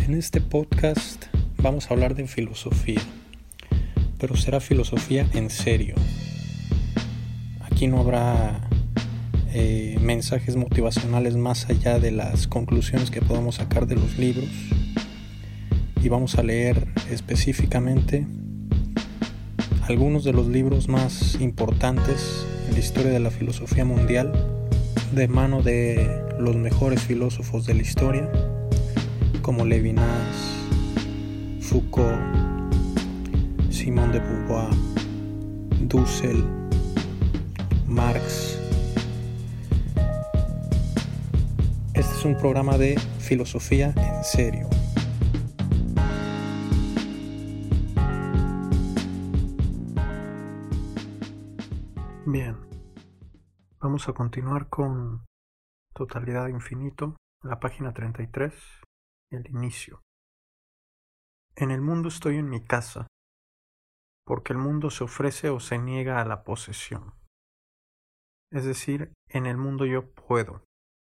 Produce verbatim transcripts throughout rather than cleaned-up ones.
En este podcast vamos a hablar de filosofía, pero será filosofía en serio. Aquí no habrá eh, mensajes motivacionales más allá de las conclusiones que podamos sacar de los libros, y vamos a leer específicamente algunos de los libros más importantes en la historia de la filosofía mundial, de mano de los mejores filósofos de la historia, como Levinas, Foucault, Simone de Beauvoir, Dussel, Marx. Este es un programa de filosofía en serio. Bien, vamos a continuar con Totalidad de Infinito, la página treinta y tres, el inicio. En el mundo estoy en mi casa, porque el mundo se ofrece o se niega a la posesión. Es decir, en el mundo yo puedo.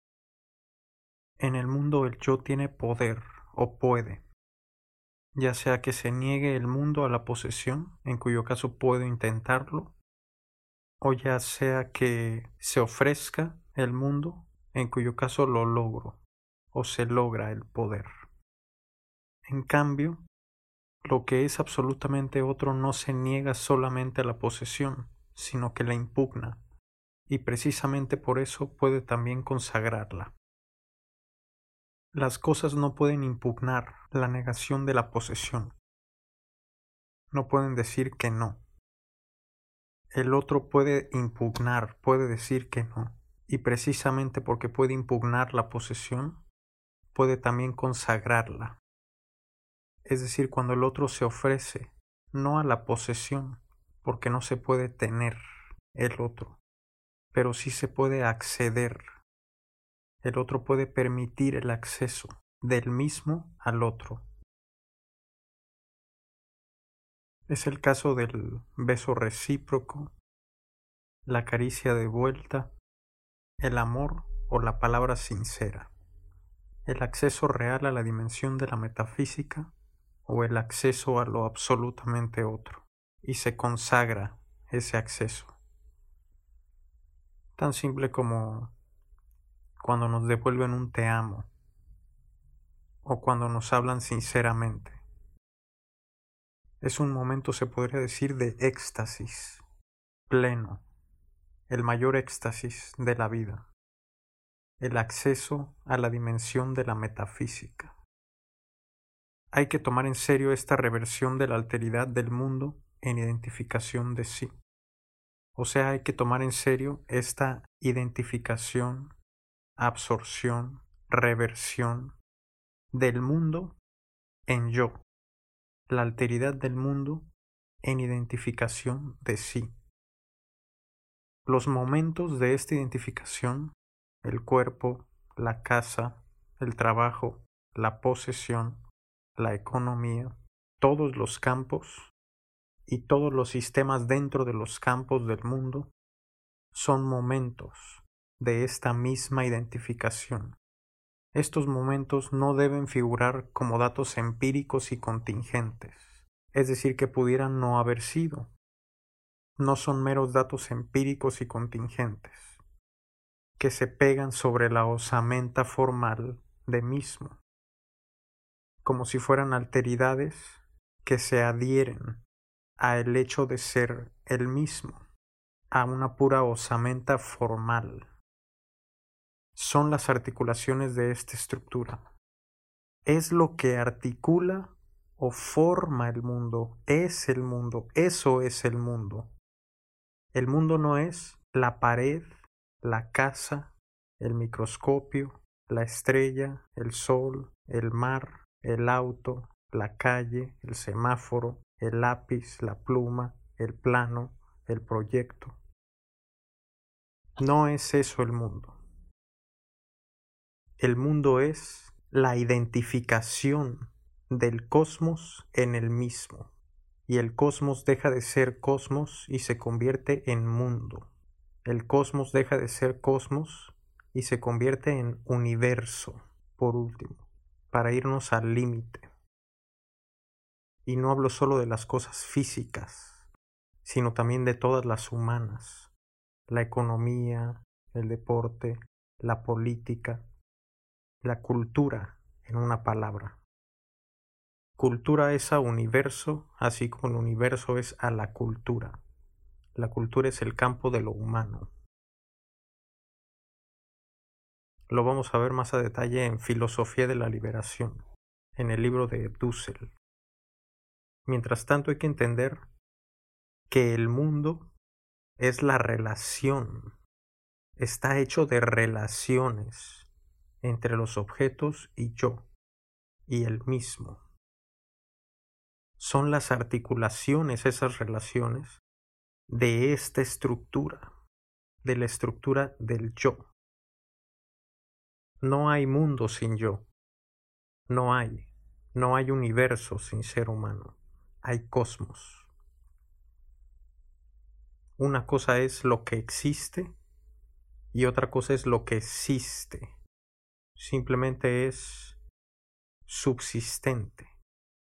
En el mundo el yo tiene poder o puede, ya sea que se niegue el mundo a la posesión, en cuyo caso puedo intentarlo, o ya sea que se ofrezca el mundo, en cuyo caso lo logro, o se logra el poder. En cambio, lo que es absolutamente otro no se niega solamente a la posesión, sino que la impugna, y precisamente por eso puede también consagrarla. Las cosas no pueden impugnar la negación de la posesión. No pueden decir que no. El otro puede impugnar, puede decir que no, y precisamente porque puede impugnar la posesión, puede también consagrarla. Es decir, cuando el otro se ofrece, no a la posesión, porque no se puede tener el otro, pero sí se puede acceder. El otro puede permitir el acceso del mismo al otro. Es el caso del beso recíproco, la caricia de vuelta, el amor o la palabra sincera, el acceso real a la dimensión de la metafísica o el acceso a lo absolutamente otro, y se consagra ese acceso. Tan simple como cuando nos devuelven un te amo o cuando nos hablan sinceramente. Es un momento, se podría decir, de éxtasis pleno, el mayor éxtasis de la vida, el acceso a la dimensión de la metafísica. Hay que tomar en serio esta reversión de la alteridad del mundo en identificación de sí. O sea, hay que tomar en serio esta identificación, absorción, reversión del mundo en yo, la alteridad del mundo en identificación de sí. Los momentos de esta identificación, el cuerpo, la casa, el trabajo, la posesión, la economía, todos los campos y todos los sistemas dentro de los campos del mundo son momentos de esta misma identificación. Estos momentos no deben figurar como datos empíricos y contingentes, es decir, que pudieran no haber sido. No son meros datos empíricos y contingentes, que se pegan sobre la osamenta formal de mismo, como si fueran alteridades que se adhieren a el hecho de ser el mismo, a una pura osamenta formal. Son las articulaciones de esta estructura. Es lo que articula o forma el mundo, es el mundo, eso es el mundo. El mundo no es la pared, la casa, el microscopio, la estrella, el sol, el mar, el auto, la calle, el semáforo, el lápiz, la pluma, el plano, el proyecto. No es eso el mundo. El mundo es la identificación del cosmos en el mismo. Y el cosmos deja de ser cosmos y se convierte en mundo. El cosmos deja de ser cosmos y se convierte en universo, por último, para irnos al límite. Y no hablo solo de las cosas físicas, sino también de todas las humanas, la economía, el deporte, la política, la cultura, en una palabra. Cultura es a universo, así como el universo es a la cultura. La cultura es el campo de lo humano. Lo vamos a ver más a detalle en Filosofía de la Liberación, en el libro de Dussel. Mientras tanto, hay que entender que el mundo es la relación, está hecho de relaciones entre los objetos y yo, y el mismo. Son las articulaciones, esas relaciones, de esta estructura, de la estructura del yo. No hay mundo sin yo, no hay, no hay universo sin ser humano, hay cosmos. Una cosa es lo que existe y otra cosa es lo que existe. Simplemente es subsistente.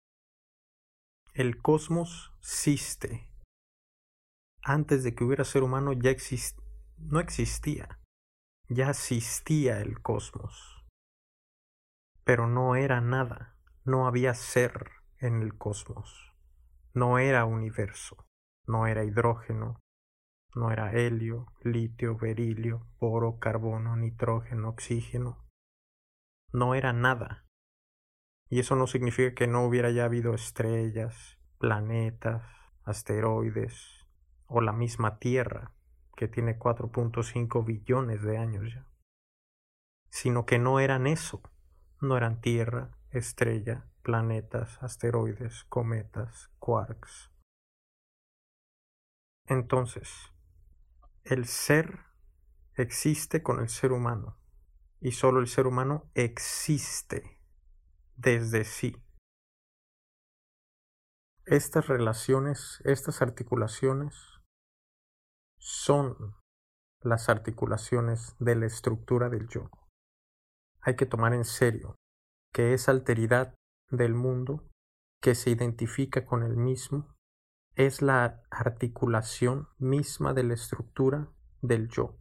El cosmos existe. Antes de que hubiera ser humano ya exist- no existía. Ya existía el cosmos. Pero no era nada. No había ser en el cosmos. No era universo. No era hidrógeno. No era helio, litio, berilio, boro, carbono, nitrógeno, oxígeno. No era nada. Y eso no significa que no hubiera ya habido estrellas, planetas, asteroides o la misma Tierra, que tiene cuatro punto cinco billones de años ya. Sino que no eran eso. No eran Tierra, estrella, planetas, asteroides, cometas, quarks. Entonces, el ser existe con el ser humano y solo el ser humano existe desde sí. Estas relaciones, estas articulaciones son las articulaciones de la estructura del yo. Hay que tomar en serio que esa alteridad del mundo que se identifica con el mismo es la articulación misma de la estructura del yo.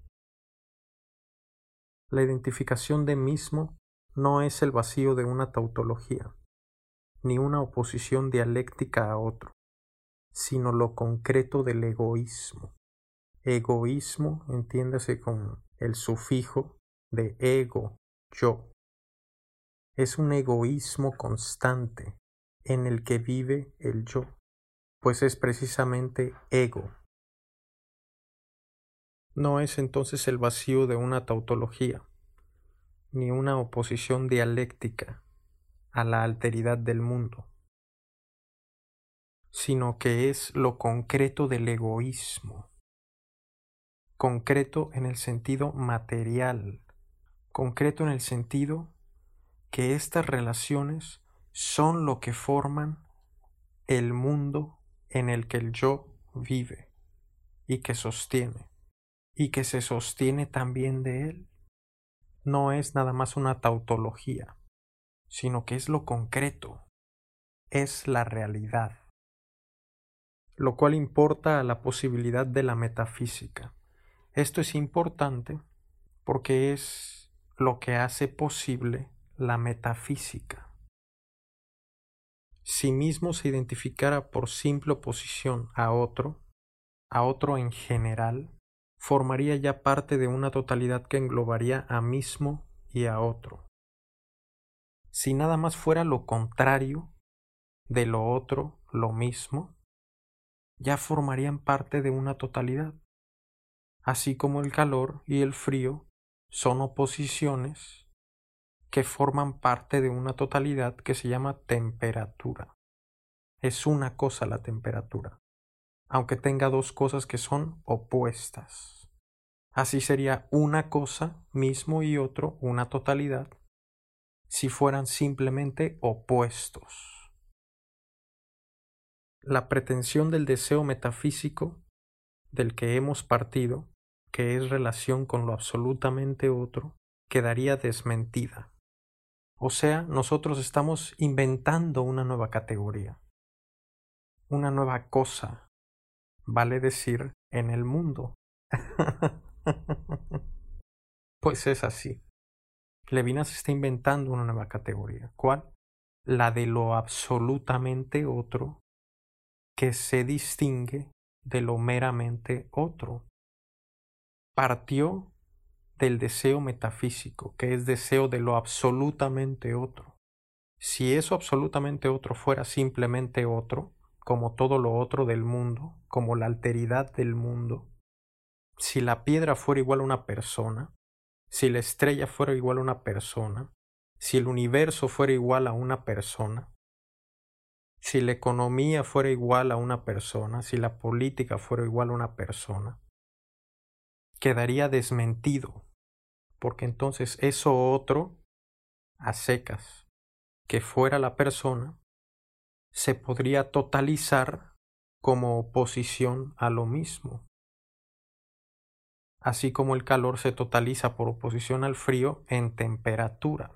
La identificación de mismo no es el vacío de una tautología, ni una oposición dialéctica a otro, sino lo concreto del egoísmo. Egoísmo, entiéndase con el sufijo de ego, yo. Es un egoísmo constante en el que vive el yo, pues es precisamente ego. No es entonces el vacío de una tautología, ni una oposición dialéctica a la alteridad del mundo, sino que es lo concreto del egoísmo, concreto en el sentido material, concreto en el sentido que estas relaciones son lo que forman el mundo en el que el yo vive y que sostiene, y que se sostiene también de él. No es nada más una tautología, sino que es lo concreto, es la realidad, lo cual importa a la posibilidad de la metafísica. Esto es importante porque es lo que hace posible la metafísica. Si mismo se identificara por simple oposición a otro, a otro en general, formaría ya parte de una totalidad que englobaría a mismo y a otro. Si nada más fuera lo contrario de lo otro, lo mismo, ya formarían parte de una totalidad, así como el calor y el frío son oposiciones que forman parte de una totalidad que se llama temperatura. Es una cosa la temperatura, aunque tenga dos cosas que son opuestas. Así sería una cosa, mismo y otro, una totalidad, si fueran simplemente opuestos. La pretensión del deseo metafísico del que hemos partido, que es relación con lo absolutamente otro, quedaría desmentida. O sea, nosotros estamos inventando una nueva categoría, una nueva cosa, vale decir, en el mundo. Pues es así. Levinas está inventando una nueva categoría. ¿Cuál? La de lo absolutamente otro que se distingue de lo meramente otro. Partió del deseo metafísico, que es deseo de lo absolutamente otro. Si eso absolutamente otro fuera simplemente otro, como todo lo otro del mundo, como la alteridad del mundo, si la piedra fuera igual a una persona, si la estrella fuera igual a una persona, si el universo fuera igual a una persona, si la economía fuera igual a una persona, si la política fuera igual a una persona, quedaría desmentido, porque entonces eso otro, a secas, que fuera la persona, se podría totalizar como oposición a lo mismo, así como el calor se totaliza por oposición al frío en temperatura.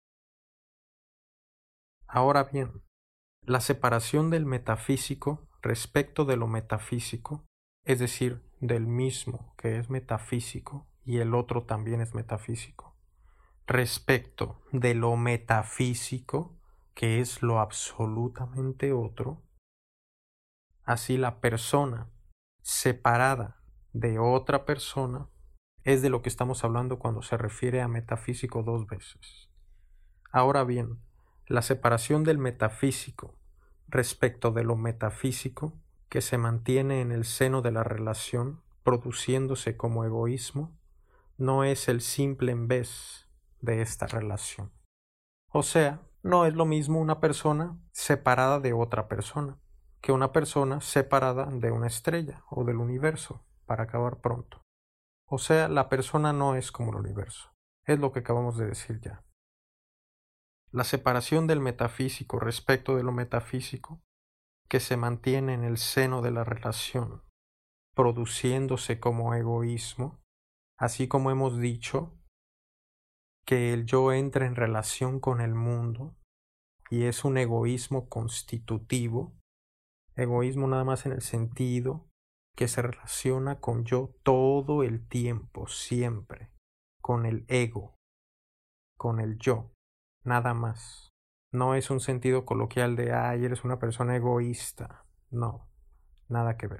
Ahora bien, la separación del metafísico respecto de lo metafísico, es decir, del mismo que es metafísico y el otro también es metafísico, respecto de lo metafísico, que es lo absolutamente otro, así la persona separada de otra persona es de lo que estamos hablando cuando se refiere a metafísico dos veces. Ahora bien, la separación del metafísico respecto de lo metafísico que se mantiene en el seno de la relación produciéndose como egoísmo no es el simple en vez de esta relación. O sea, no es lo mismo una persona separada de otra persona que una persona separada de una estrella o del universo, para acabar pronto. O sea, la persona no es como el universo. Es lo que acabamos de decir ya. La separación del metafísico respecto de lo metafísico que se mantiene en el seno de la relación, produciéndose como egoísmo, así como hemos dicho que el yo entra en relación con el mundo y es un egoísmo constitutivo, egoísmo nada más en el sentido que se relaciona con yo todo el tiempo, siempre, con el ego, con el yo, nada más. No es un sentido coloquial de, ay, eres una persona egoísta. No, nada que ver.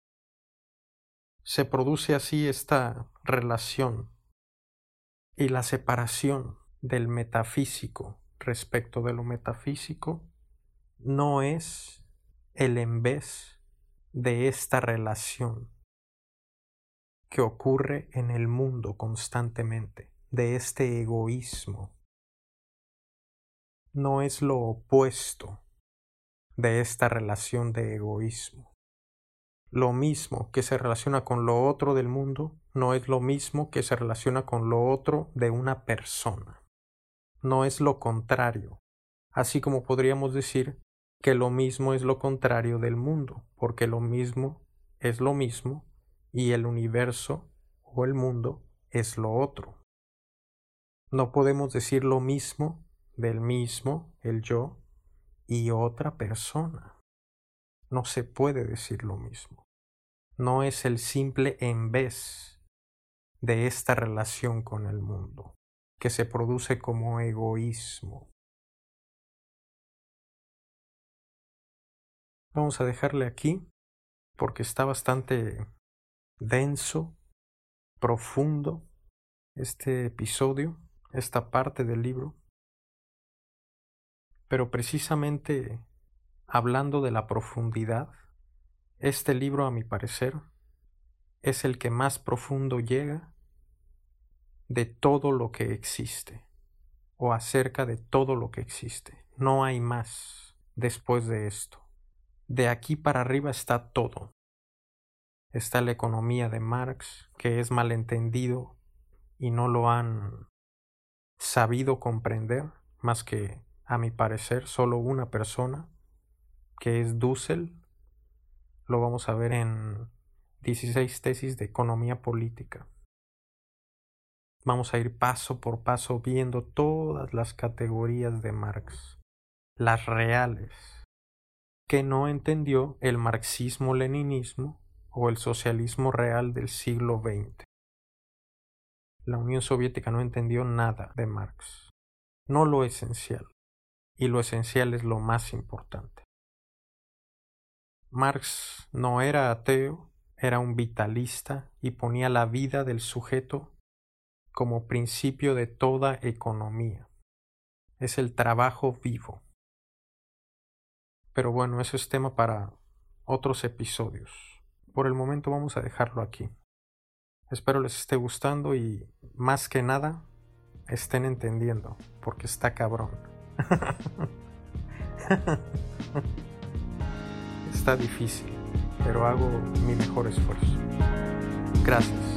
Se produce así esta relación y la separación del metafísico respecto de lo metafísico no es el en vez de esta relación que ocurre en el mundo constantemente, de este egoísmo. No es lo opuesto de esta relación de egoísmo. Lo mismo que se relaciona con lo otro del mundo no es lo mismo que se relaciona con lo otro de una persona. No es lo contrario, así como podríamos decir que lo mismo es lo contrario del mundo, porque lo mismo es lo mismo y el universo o el mundo es lo otro. No podemos decir lo mismo del mismo, el yo, y otra persona. No se puede decir lo mismo. No es el simple en vez de esta relación con el mundo, que se produce como egoísmo. Vamos a dejarle aquí porque está bastante denso, profundo este episodio, esta parte del libro. Pero precisamente hablando de la profundidad, este libro, a mi parecer, es el que más profundo llega de todo lo que existe, o acerca de todo lo que existe. No hay más después de esto. De aquí para arriba está todo. Está la economía de Marx, que es malentendido y no lo han sabido comprender, más que, a mi parecer, solo una persona, que es Dussel. Lo vamos a ver en dieciséis tesis de economía política. Vamos a ir paso por paso viendo todas las categorías de Marx, las reales, que no entendió el marxismo-leninismo o el socialismo real del siglo veinte. La Unión Soviética no entendió nada de Marx, no lo esencial, y lo esencial es lo más importante. Marx no era ateo, era un vitalista y ponía la vida del sujeto como principio de toda economía. Es el trabajo vivo. Pero bueno, eso es tema para otros episodios. Por el momento vamos a dejarlo aquí. Espero les esté gustando y, más que nada, estén entendiendo, porque está cabrón. Está difícil, pero hago mi mejor esfuerzo. Gracias.